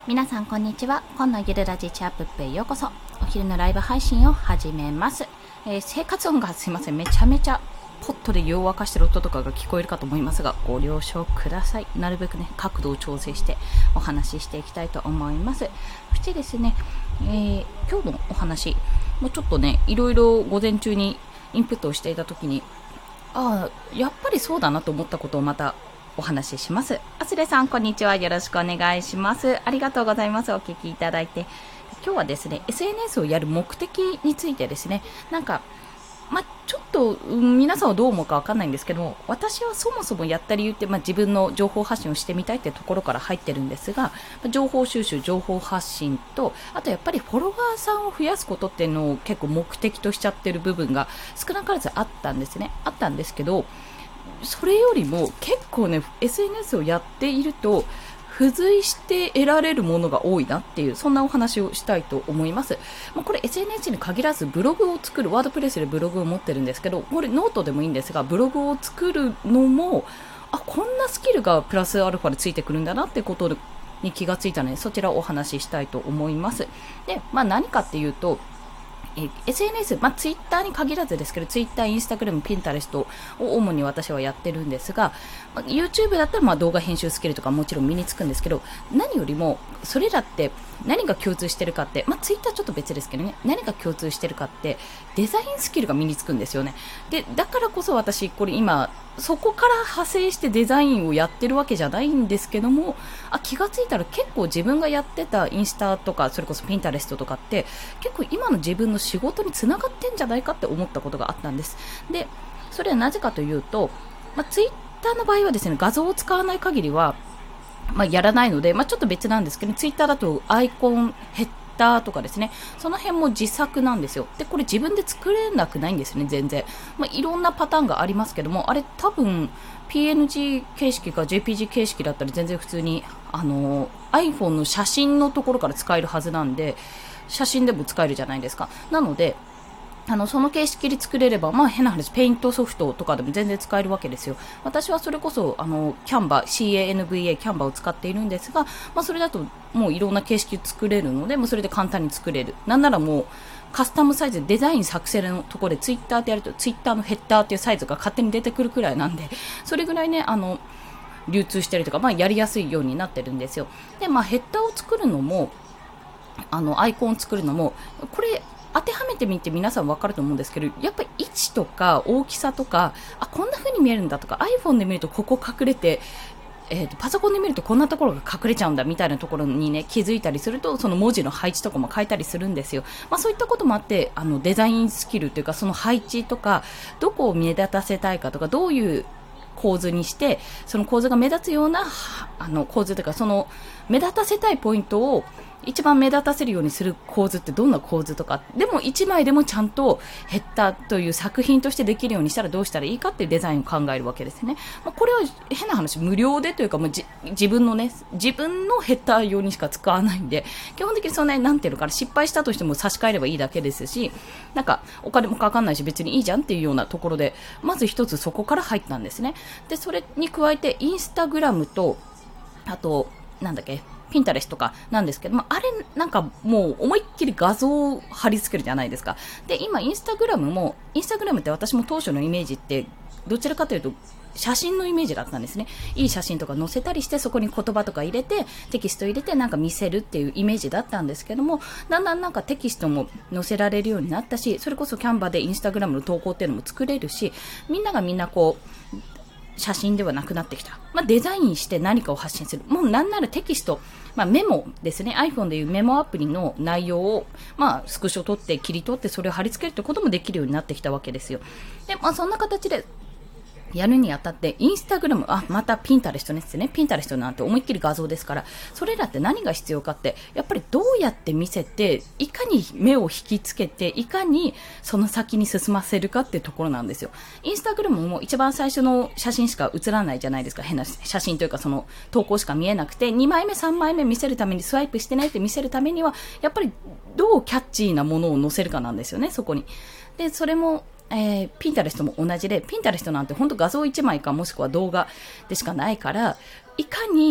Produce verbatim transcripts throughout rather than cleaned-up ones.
皆さんこんにちは。今のゆるラジチャップップへようこそ。お昼のライブ配信を始めます。えー、生活音がすいません、めちゃめちゃポットで湯を沸かしてる音とかが聞こえるかと思いますが、ご了承ください。なるべくね、角度を調整してお話ししていきたいと思います。そしてですね、えー、今日のお話もうちょっとね、いろいろ午前中にインプットをしていた時に、ああ、やっぱりそうだなと思ったことをまたお話しします。あすれさん、こんにちは。よろしくお願いします。ありがとうございます。お聞きいただいて。今日はですね、エスエヌエス をやる目的についてですね、なんか、まあ、ちょっと、うん、皆さんはどう思うかわかんないんですけども、私はそもそもやった理由って、まあ、自分の情報発信をしてみたいってところから入ってるんですが、情報収集、情報発信と、あとやっぱりフォロワーさんを増やすことっていうのを結構目的としちゃってる部分が少なからずあったんですね。あったんですけど、それよりも結構ね エスエヌエス をやっていると付随して得られるものが多いなっていう、そんなお話をしたいと思います。まあ、これ エスエヌエス に限らずブログを作る、ワードプレスでブログを持ってるんですけど、これノートでもいいんですが、ブログを作るのもあこんなスキルがプラスアルファでついてくるんだなってことに気がついたので、そちらをお話ししたいと思います。で、まあ、何かっていうと、え エスエヌエス、まあ、ツイッターに限らずですけど、ツイッター、インスタグラム、ピンタレストを主に私はやってるんですが、まあ、YouTube だったらまあ動画編集スキルとかもちろん身につくんですけど、何よりもそれらって何が共通してるかって、まあ、ツイッターちょっと別ですけどね、何が共通してるかってデザインスキルが身につくんですよね。で、だからこそ私これ今そこから派生してデザインをやってるわけじゃないんですけども、あ気がついたら結構自分がやってたインスタとかそれこそピンタレストとかって結構今の自分の仕事につながってんじゃないかって思ったことがあったんです。で、それはなぜかというと、まあ、ツイッターの場合はですね、画像を使わない限りはまあ、やらないので、まあ、ちょっと別なんですけど、ツイッターだとアイコン、ヘッダーとかですね、その辺も自作なんですよ。で、これ自分で作れなくないんですよね、全然。まあ、いろんなパターンがありますけども、あれ多分 ピーエヌジー 形式か ジェーピージー 形式だったら全然普通に、あのー、iPhone の写真のところから使えるはずなんで、写真でも使えるじゃないですか。なので、あのその形式で作れれば、まあ、変な話、ペイントソフトとかでも全然使えるわけですよ。私はそれこそあのキャンバ シーエーエヌブイエー キャンバを使っているんですが、まあ、それだともういろんな形式作れるので、もうそれで簡単に作れる。なんならもうカスタムサイズ、デザイン作成のところでツイッターでやるとツイッターのヘッダーっていうサイズが勝手に出てくるくらいなんで、それぐらいね、あの流通してるとか、まあ、やりやすいようになってるんですよ。で、まあ、ヘッダーを作るのもあのアイコンを作るのもこれ当てはめてみて皆さん分かると思うんですけど、やっぱり位置とか大きさとか、あこんな風に見えるんだとか、 iPhone で見るとここ隠れて、えー、とパソコンで見るとこんなところが隠れちゃうんだみたいなところにね気づいたりすると、その文字の配置とかも変えたりするんですよ。まあ、そういったこともあって、あのデザインスキルというか、その配置とかどこを目立たせたいかとか、どういう構図にしてその構図が目立つようなあの構図というか、その目立たせたいポイントを一番目立たせるようにする構図ってどんな構図とか、でもいちまいでもちゃんとヘッダーという作品としてできるようにしたらどうしたらいいかっていうデザインを考えるわけですね。まあ、これは変な話無料でというか、もうじ自分のね自分のヘッダー用にしか使わないんで、基本的にそんなになんていうのかな、失敗したとしても差し替えればいいだけですし、なんかお金もかかんないし別にいいじゃんっていうようなところで、まず一つそこから入ったんですね。でそれに加えてインスタグラムと、あとなんだっけピンタレスとかなんですけど、まあ、あれなんかもう思いっきり画像を貼り付けるじゃないですか。で今インスタグラムもインスタグラムって私も当初のイメージってどちらかというと写真のイメージだったんですね。いい写真とか載せたりして、そこに言葉とか入れてテキスト入れてなんか見せるっていうイメージだったんですけども、だんだんなんかテキストも載せられるようになったし、それこそキャンバでインスタグラムの投稿っていうのも作れるし、みんながみんなこう写真ではなくなってきた。まあ、デザインして何かを発信する。もうなんならテキスト、まあ、メモですね。iPhone でいうメモアプリの内容を、まあ、スクショ取って切り取ってそれを貼り付けるってこともできるようになってきたわけですよ。で、まあ、そんな形でやるにあたって、インスタグラム、あ、またピンタレストですね。ピンタレストなんて思いっきり画像ですから、それらって何が必要かって、やっぱりどうやって見せて、いかに目を引きつけて、いかにその先に進ませるかっていうところなんですよ。インスタグラムも一番最初の写真しか写らないじゃないですか。変な写真というか、その投稿しか見えなくて、にまいめ、さんまいめ見せるために、スワイプしてねって見せるためには、やっぱりどうキャッチーなものを載せるかなんですよね、そこに。で、それも、えー、ピンタレストも同じで、ピンタレストなんて本当画像いちまいかもしくは動画でしかないから、いかに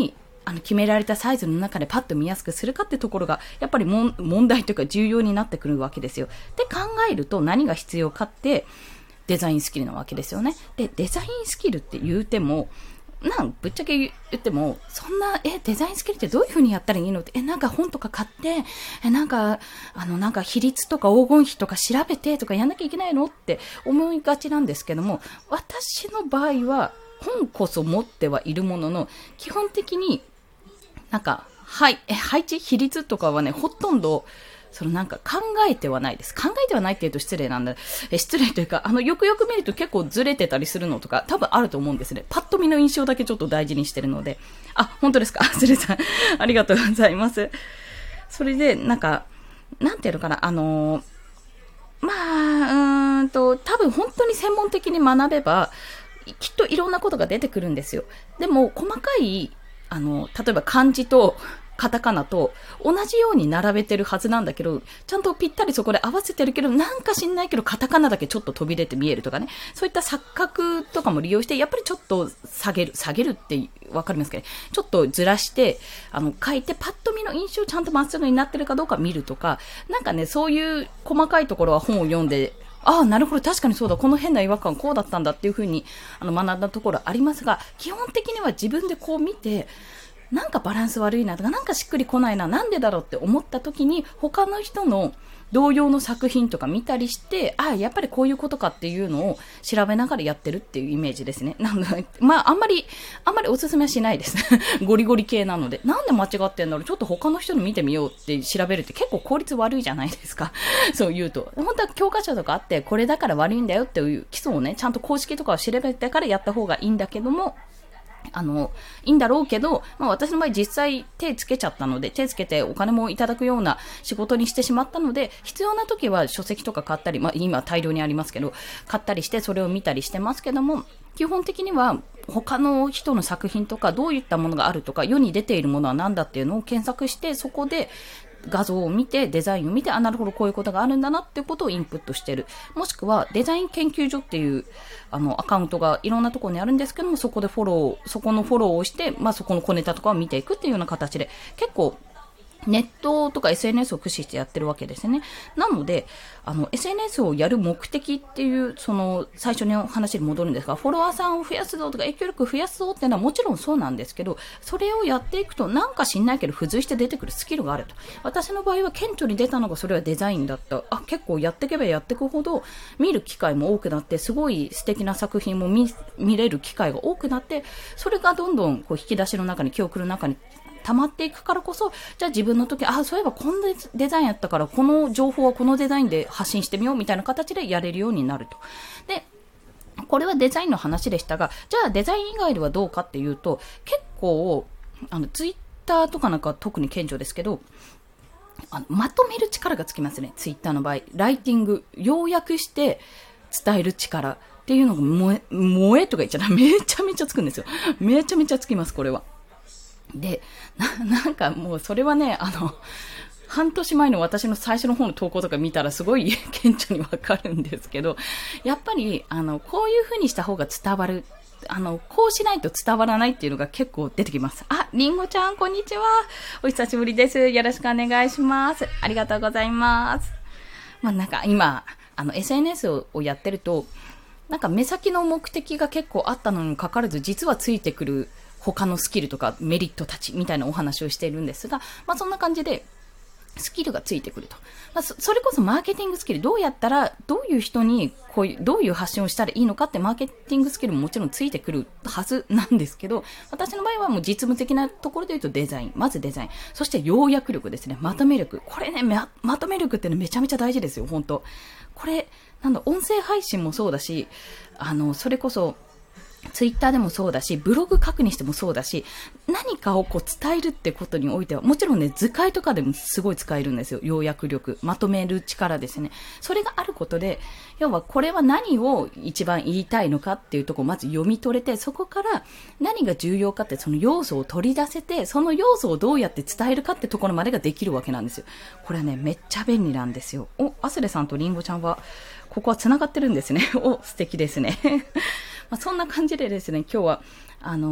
あの決められたサイズの中でパッと見やすくするかってところがやっぱりもん問題というか重要になってくるわけですよ。で考えると何が必要かってデザインスキルなわけですよね。でデザインスキルって言うてもなんぶっちゃけ言ってもそんなえデザインスキルってどういう風にやったらいいのってえなんか本とか買ってえなんかあのなんか比率とか黄金比とか調べてとかやんなきゃいけないのって思いがちなんですけども、私の場合は本こそ持ってはいるものの基本的になんかはいえ配置比率とかはねほとんどそのなんか考えてはないです。考えてはないって言うと失礼なんだ。え、失礼というか、あの、よくよく見ると結構ずれてたりするのとか、多分あると思うんですね。パッと見の印象だけちょっと大事にしてるので。あ、本当ですか。失礼さん。ありがとうございます。それで、なんか、なんていうのかな、あのー、まあ、うーんと、多分本当に専門的に学べば、きっといろんなことが出てくるんですよ。でも、細かい、あの、例えば漢字と、カタカナと同じように並べてるはずなんだけど、ちゃんとぴったりそこで合わせてるけど、なんか知んないけどカタカナだけちょっと飛び出て見えるとかね。そういった錯覚とかも利用して、やっぱりちょっと下げる、下げるってわかりますかね。ちょっとずらして、あの、書いてパッと見の印象ちゃんとまっすぐになってるかどうか見るとか、なんかね、そういう細かいところは本を読んで、ああ、なるほど、確かにそうだ、この変な違和感こうだったんだっていう風にあの学んだところありますが、基本的には自分でこう見て、なんかバランス悪いなとか、なんかしっくりこないな、なんでだろうって思った時に、他の人の同様の作品とか見たりして、ああ、やっぱりこういうことかっていうのを調べながらやってるっていうイメージですね。なんで、まあ、あんまり、あんまりおすすめはしないです。ゴリゴリ系なので。なんで間違ってんだろう、ちょっと他の人の見てみようって調べるって結構効率悪いじゃないですか。そう言うと。本当は教科書とかあって、これだから悪いんだよっていう基礎をね、ちゃんと公式とかを調べてからやった方がいいんだけども、あの、いいんだろうけど、まあ私の場合実際手つけちゃったので、手つけてお金もいただくような仕事にしてしまったので、必要な時は書籍とか買ったり、まあ今大量にありますけど、買ったりしてそれを見たりしてますけども、基本的には他の人の作品とかどういったものがあるとか、世に出ているものは何だっていうのを検索して、そこで画像を見て、デザインを見て、あ、なるほど、こういうことがあるんだなっていうことをインプットしてる。もしくは、デザイン研究所っていう、あの、アカウントがいろんなところにあるんですけども、そこでフォロー、そこのフォローをして、まあ、そこの小ネタとかを見ていくっていうような形で、結構、ネットとか エスエヌエス を駆使してやってるわけですね。なので、あの、エスエヌエス をやる目的っていう、その、最初の話に戻るんですが、フォロワーさんを増やすぞとか影響力を増やすぞっていうのはもちろんそうなんですけど、それをやっていくと、なんか知んないけど付随して出てくるスキルがあると。私の場合は顕著に出たのがそれはデザインだった。あ、結構やっていけばやっていくほど、見る機会も多くなって、すごい素敵な作品も 見, 見れる機会が多くなって、それがどんどんこう引き出しの中に、記憶の中に、溜まっていくからこそ、じゃあ自分の時、あ、そういえばこんなデザインやったから、この情報はこのデザインで発信してみようみたいな形でやれるようになると。で、これはデザインの話でしたが、じゃあデザイン以外ではどうかっていうと、結構、あの、ツイッターとかなんか特に顕著ですけど、あのまとめる力がつきますね、ツイッターの場合。ライティング、要約して伝える力っていうのが萌え、萌えとか言っちゃったらめちゃめちゃつくんですよ。めちゃめちゃつきます、これは。でな、なんかもうそれはね、あの、半年前の私の最初の方の投稿とか見たらすごい顕著にわかるんですけど、やっぱり、あの、こういう風にした方が伝わる。あの、こうしないと伝わらないっていうのが結構出てきます。あ、りんごちゃん、こんにちは。お久しぶりです。よろしくお願いします。ありがとうございます。まあなんか今、あの、エスエヌエス を, をやってると、なんか目先の目的が結構あったのにもかかわらず、実はついてくる他のスキルとかメリットたちみたいなお話をしているんですが、まあそんな感じでスキルがついてくると。まあ、それこそマーケティングスキル、どうやったら、どういう人にこういう、どういう発信をしたらいいのかってマーケティングスキルももちろんついてくるはずなんですけど、私の場合はもう実務的なところで言うとデザイン、まずデザイン、そして要約力ですね、まとめ力。これね、ま、まとめ力ってね、めちゃめちゃ大事ですよ、本当。これ、なんだ、音声配信もそうだし、あの、それこそ、ツイッターでもそうだし、ブログ書くにしてもそうだし、何かをこう伝えるってことにおいては、もちろんね、図解とかでもすごい使えるんですよ。要約力、まとめる力ですね。それがあることで、要はこれは何を一番言いたいのかっていうところをまず読み取れて、そこから何が重要かってその要素を取り出せて、その要素をどうやって伝えるかってところまでができるわけなんですよ。これはね、めっちゃ便利なんですよ。お、アスレさんとリンゴちゃんは、ここは繋がってるんですね。お、素敵ですね。まあ、そんな感じでですね、今日は、あの、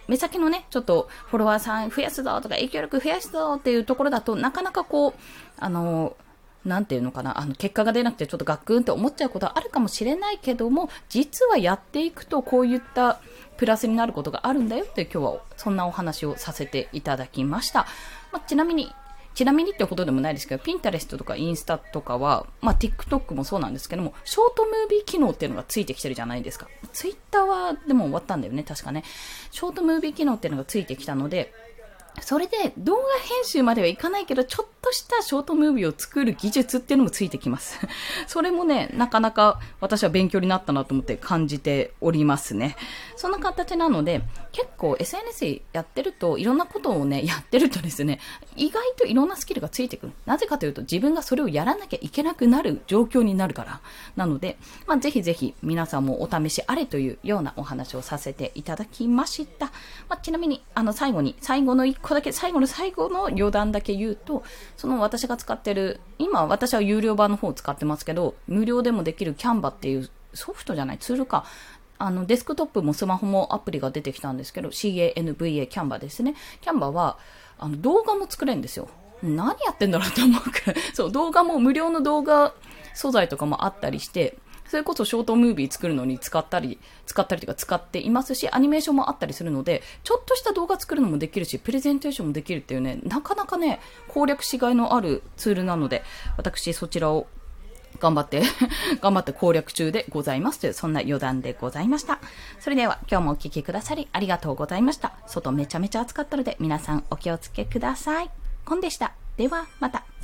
目先のね、ちょっとフォロワーさん増やすぞとか影響力増やすぞっていうところだと、なかなかこう、あの、なんていうのかな、あの、結果が出なくてちょっとガックンって思っちゃうことはあるかもしれないけども、実はやっていくとこういったプラスになることがあるんだよって今日はそんなお話をさせていただきました。まあ、ちなみに、ちなみにってほどでもないですけど、ピンタレストとかインスタとかは、まあ、TikTok もそうなんですけども、ショートムービー機能っていうのがついてきてるじゃないですか。Twitter はでも終わったんだよね、確かね。ショートムービー機能っていうのがついてきたので、それで動画編集まではいかないけど、ちょっとしたショートムービーを作る技術っていうのもついてきます。それもね、なかなか私は勉強になったなと思って感じておりますね。そんな形なので、結構 エスエヌエス やってると、いろんなことをね、やってるとですね、意外といろんなスキルがついてくる。なぜかというと、自分がそれをやらなきゃいけなくなる状況になるから。なので、まあ、ぜひぜひ皆さんもお試しあれというようなお話をさせていただきました。まあ、ちなみに、あの、最後に、最後の一個だけ、最後の最後の余談だけ言うと、その私が使ってる、今私は有料版の方を使ってますけど、無料でもできる Canva っていうソフトじゃないツールか、あのデスクトップもスマホもアプリが出てきたんですけど、 キャンバ Canva ですね。 Canva はあの動画も作れるんですよ。何やってんだろうと思うくらい、そう、動画も無料の動画素材とかもあったりして、それこそショートムービー作るのに使ったり、使ったりというか使っていますし、アニメーションもあったりするので、ちょっとした動画作るのもできるし、プレゼンテーションもできるっていうね、なかなかね、攻略しがいのあるツールなので、私そちらを頑張って、頑張って攻略中でございますという、そんな余談でございました。それでは今日もお聞きくださりありがとうございました。外めちゃめちゃ暑かったので、皆さんお気をつけください。コンでした。ではまた。